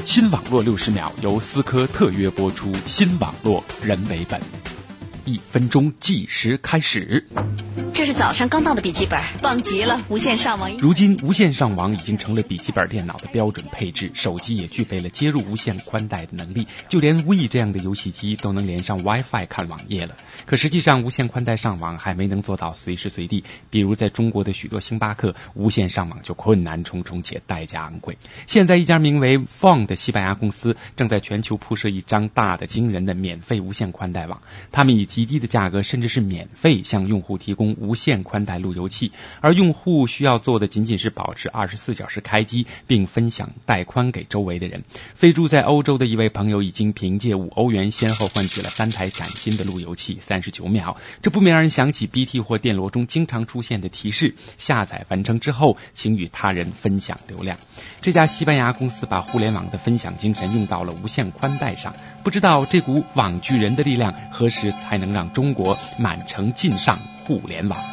新网络60秒由思科特约播出，新网络人为本，1分钟计时开始。 这是早上刚到的笔记本，棒极了，无线上网。 如今无线上网已经成了笔记本电脑的标准配置，手机也具备了接入无线宽带的能力，就连 Wii 这样的游戏机都能连上 Wi-Fi 看网页了。可实际上无线宽带上网还没能做到随时随地，比如在中国的许多星巴克，无线上网就困难重重且代价昂贵。现在一家名为 Phone 的西班牙公司正在全球铺设一张大的惊人的免费无线宽带网，他们以极低的价格甚至是免费向用户提供无线宽带路由器，而用户需要做的仅仅是保持24小时开机，并分享带宽给周围的人。飞住在欧洲的一位朋友已经凭借5欧元先后换取了3台崭新的路由器，39秒。这不免让人想起 BT 或电罗中经常出现的提示：下载完成之后，请与他人分享流量。这家西班牙公司把互联网的分享精神用到了无线宽带上，不知道这股网巨人的力量何时才能让中国满城尽上互联网。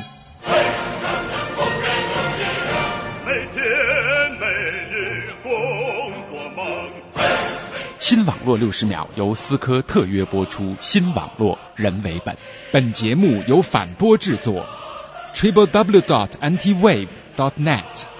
新网络60秒由思科特约播出，新网络人为本。本节目由反播制作 www.ntwave.net